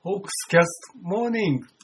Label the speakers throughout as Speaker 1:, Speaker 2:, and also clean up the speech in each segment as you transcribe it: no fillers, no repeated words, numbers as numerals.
Speaker 1: ホークスキャストモーニング。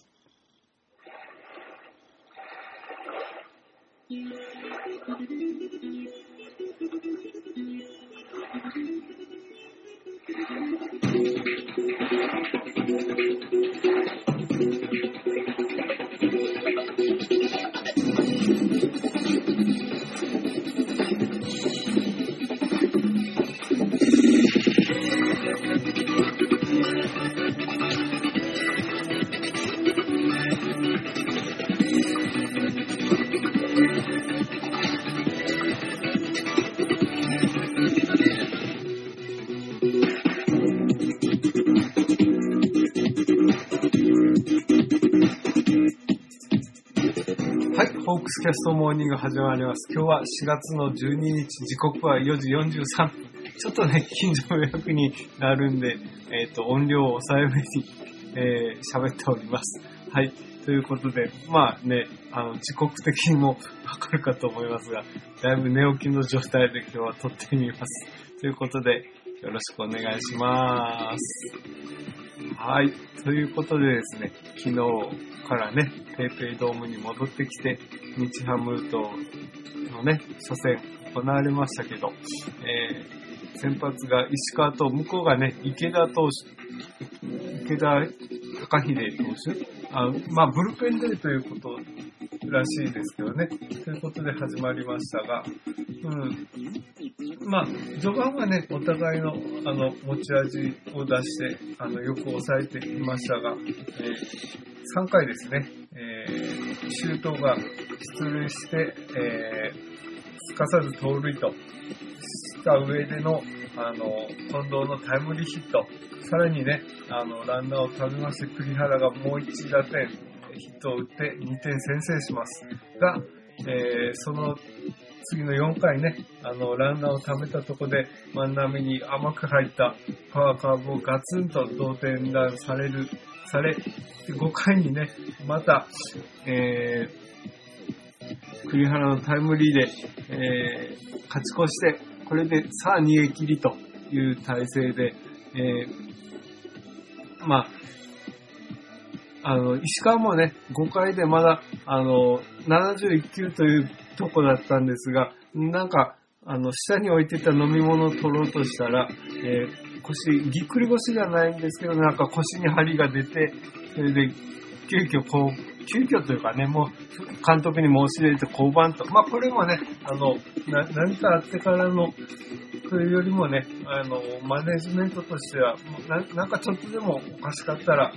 Speaker 1: はい、ホークスキャストモーニング始まります。今日は4月の12日、時刻は4時43分。ちょっとね、近所迷惑になるんで、音量を抑えめに、喋っております。はい、ということで、まあね、時刻的にもわかるかと思いますが、だいぶ寝起きの状態で今日は撮ってみます。ということで、よろしくお願いします。はい、ということでですね、昨日からね、ペイペイドームに戻ってきて、日ハムとのね、初戦行われましたけど、先発が石川と、向こうがね、池田貴秀投手、まあ、ブルペンデーということらしいですけどね、ということで始まりましたが、まあ、序盤はね、お互いの、持ち味を出して、よく抑えていましたが、3回ですね、周東が出塁して、すかさず盗塁とした上での、近藤のタイムリーヒット、さらにね、ランナーを食べまして、栗原がもう1打点、ヒットを打って2点先制しますが、その次の4回ね、ランナーを貯めたところで、万波に甘く入ったパワーカーブをガツンと同点弾され、5回にね、また、栗原のタイムリーで、勝ち越して、これでさあ逃げ切りという体制で、まあ、石川もね、5回でまだ、71球というとこだったんですが、なんか、下に置いてた飲み物を取ろうとしたら、ぎっくり腰じゃないんですけど、なんか腰に針が出て、それで、急遽というかね、もう、監督に申し入れて降板と。まあ、これもね、何かあってからの、というよりもね、マネジメントとしては、なんかちょっとでもおかしかったら、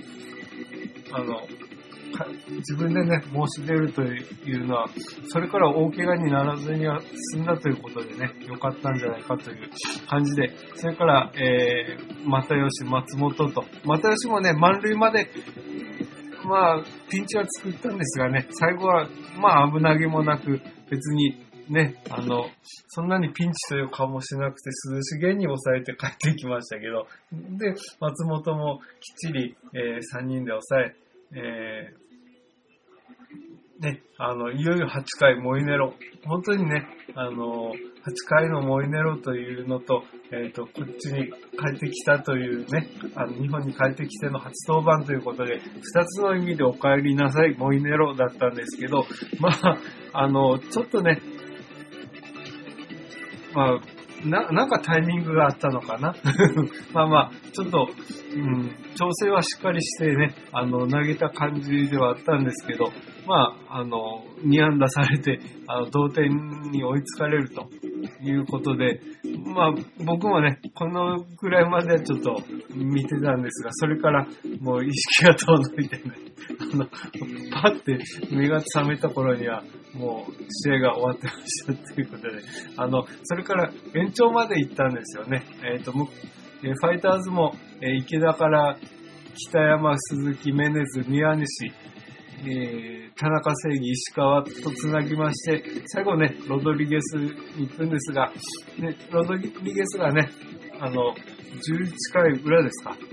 Speaker 1: 自分でね、申し出るというのは、それから大怪我にならずには済んだということでね、良かったんじゃないかという感じで、それから、又吉、松本と、又吉もね、満塁まで、まあ、ピンチは作ったんですがね、最後は、まあ、危なげもなく、別にね、そんなにピンチという顔もしなくて、涼しげに抑えて帰ってきましたけど、で、松本もきっちり、3人で抑え、ね、いよいよ8回モイネロ。本当にね、8回のモイネロというのと、こっちに帰ってきたというね、日本に帰ってきての初登板ということで、2つの意味でお帰りなさい、モイネロだったんですけど、まあ、ちょっとね、まあ、なんかタイミングがあったのかなまあ、ちょっと、調整はしっかりしてね、投げた感じではあったんですけど、まあ、2安打されて、同点に追いつかれるということで、まあ、僕もね、このぐらいまではちょっと見てたんですが、それからもう意識が遠のいてね、パッて目が覚めた頃には、もう試合が終わってましたということで、それから延長まで行ったんですよね。ファイターズも、池田から北山、鈴木、メネズ、宮西、田中正義、石川とつなぎまして、最後ね、ロドリゲスに行くんですが、ね、ロドリゲスがね、11回裏ですか、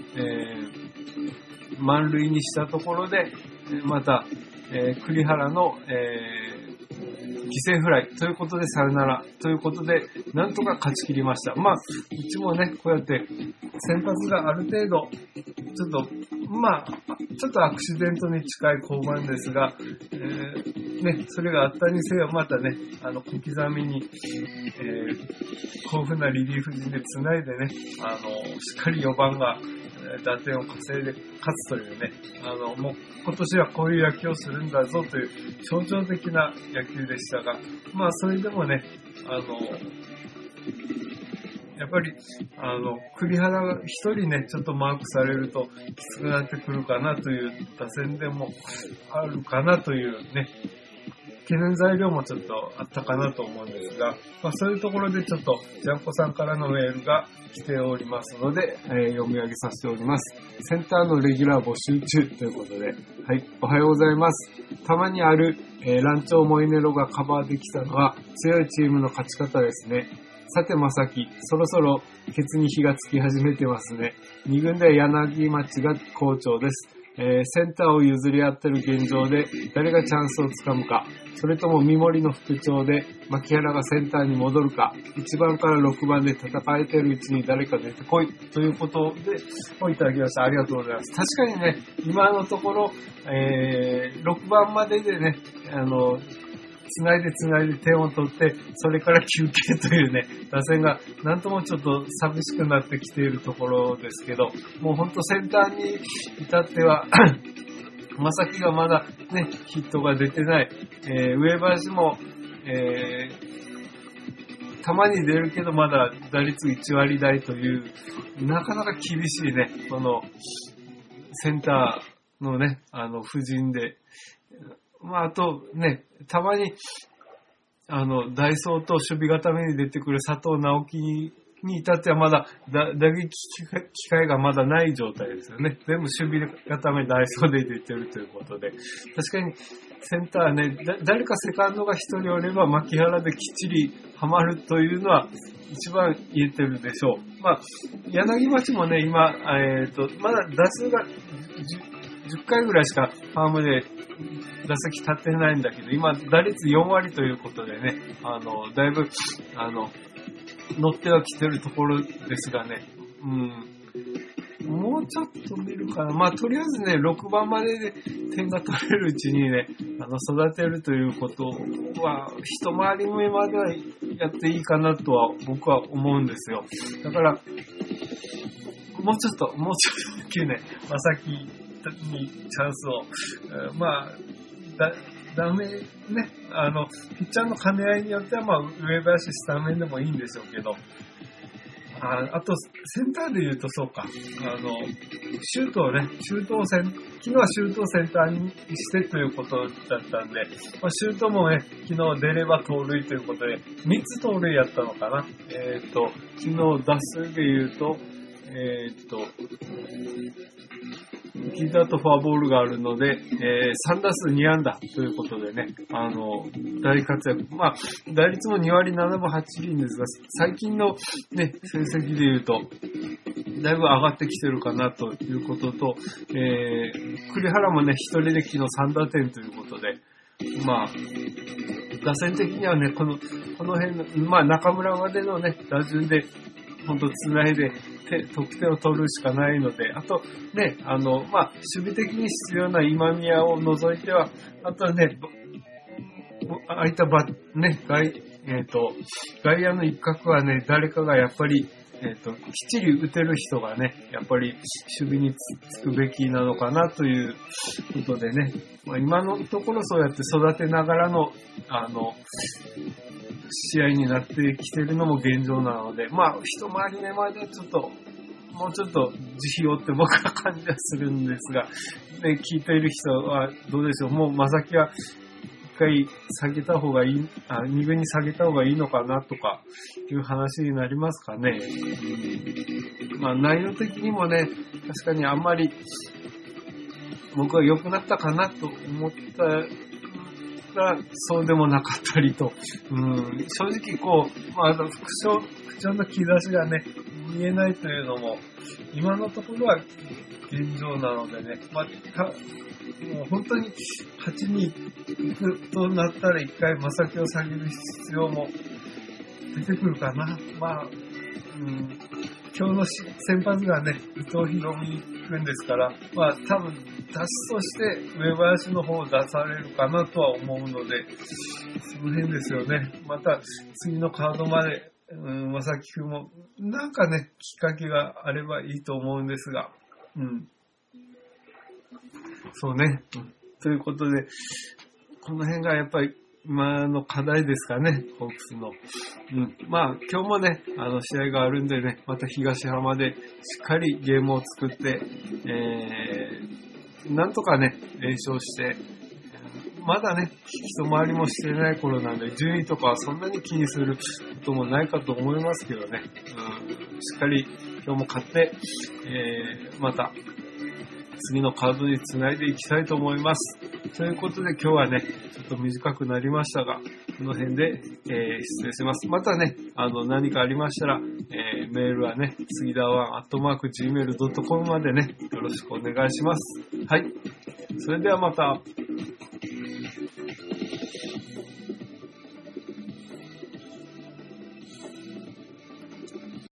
Speaker 1: 満塁にしたところで、また、栗原の、犠牲フライということでさよならということでなんとか勝ち切りました。まあうちもねこうやって先発がある程度ちょっと、ちょっとアクシデントに近い降板ですが、それがあったにせよ、またね、小刻みに、豊富なリリーフ陣で繋いでね、しっかり4番が打点を稼いで勝つというね、もう今年はこういう野球をするんだぞという象徴的な野球でしたが、それでもね、やっぱり、栗原が一人ね、ちょっとマークされるときつくなってくるかなという打線でもあるかなというね、懸念材料もちょっとあったかなと思うんですが、そういうところでちょっとジャンコさんからのメールが来ておりますので、読み上げさせております。センターのレギュラー募集中ということで、はい、おはようございます。たまにある、ランチョウモイネロがカバーできたのは強いチームの勝ち方ですね。さてまさき、そろそろケツに火がつき始めてますね。2軍で柳町が好調です。センターを譲り合ってる現状で誰がチャンスをつかむか、それとも三森の復調で牧原がセンターに戻るか、1番から6番で戦えてるうちに誰か出てこいということでいただきました。ありがとうございます。確かにね、今のところ、6番まででね、つないで点を取って、それから休憩というね、打線がなんともちょっと寂しくなってきているところですけど、もうほんとセンターに至っては、まさきがまだね、ヒットが出てない、上林も、たまに出るけどまだ打率1割台という、なかなか厳しいね、このセンターのね、布陣で、あとね、たまに、ダイソーと守備固めに出てくる佐藤直樹に至ってはまだ打撃機会がまだない状態ですよね。全部守備固めダイソーで出てるということで。確かにセンターね、誰かセカンドが一人おれば牧原できっちりハマるというのは一番言えてるでしょう。柳町もね、今、まだ打数が10回ぐらいしかファームで打席立ってないんだけど、今打率4割ということでね、だいぶ、乗ってはきてるところですがね、もうちょっと見るかな。とりあえずね、6番までで点が取れるうちにね、育てるということは、一回り目まではやっていいかなとは僕は思うんですよ。だから、もうちょっと大きいね、まさきにチャンスを、ダメね、ピッチャーの兼ね合いによっては、上林スタメンでもいいんでしょうけど、あと、センターで言うとそうか、シュートを昨日はシュートをセンターにしてということだったんで、シュートもね、昨日出れば盗塁ということで、3つ盗塁やったのかな。昨日打数で言うと、聞いた後フォアボールがあるので、3打数2安打ということでね、大活躍。打率も2割7分8厘ですが、最近のね、成績で言うと、だいぶ上がってきてるかなということと、栗原もね、一人で昨日3打点ということで、打線的にはね、この辺の、中村までのね、打順で、本当つないで得点を取るしかないので、あとね、守備的に必要な今宮を除いては、あとはね、空いた外野の一角はね、誰かがやっぱり、きっちり打てる人がね、やっぱり守備につくべきなのかなということでね、今のところそうやって育てながらの、試合になってきてるのも現状なので、一回り目までちょっと、もうちょっと慈悲をって僕は感じはするんですが、ね、聞いている人はどうでしょう。もうまさきは一回下げた方がいい、2軍に下げた方がいいのかなとかいう話になりますかね。内容的にもね、確かにあんまり僕は良くなったかなと思ったがそうでもなかったりと、正直復調の兆しがね、見えないというのも、今のところは現状なのでね、もう本当に8に行くとなったら一回まさきを下げる必要も出てくるかな。 今日の先発がね、伊藤博美君ですから、まあ多分、打数として上林の方を出されるかなとは思うので、その辺ですよね。また次のカードまで、正木君もなんかね、きっかけがあればいいと思うんですが、そうね。ということで、この辺がやっぱり今の課題ですかね、ホークスの。まあ、今日もね、試合があるんでね、また東浜でしっかりゲームを作って、なんとかね、連勝して、まだね、一回りもしてない頃なんで、順位とかはそんなに気にすることもないかと思いますけどね、しっかり今日も勝って、また、次のカードにつないでいきたいと思います。ということで今日はね、ちょっと短くなりましたが、この辺で、失礼します。またね、何かありましたら、メールはね、杉田1@gmail.com までね、よろしくお願いします。はい。それではまた。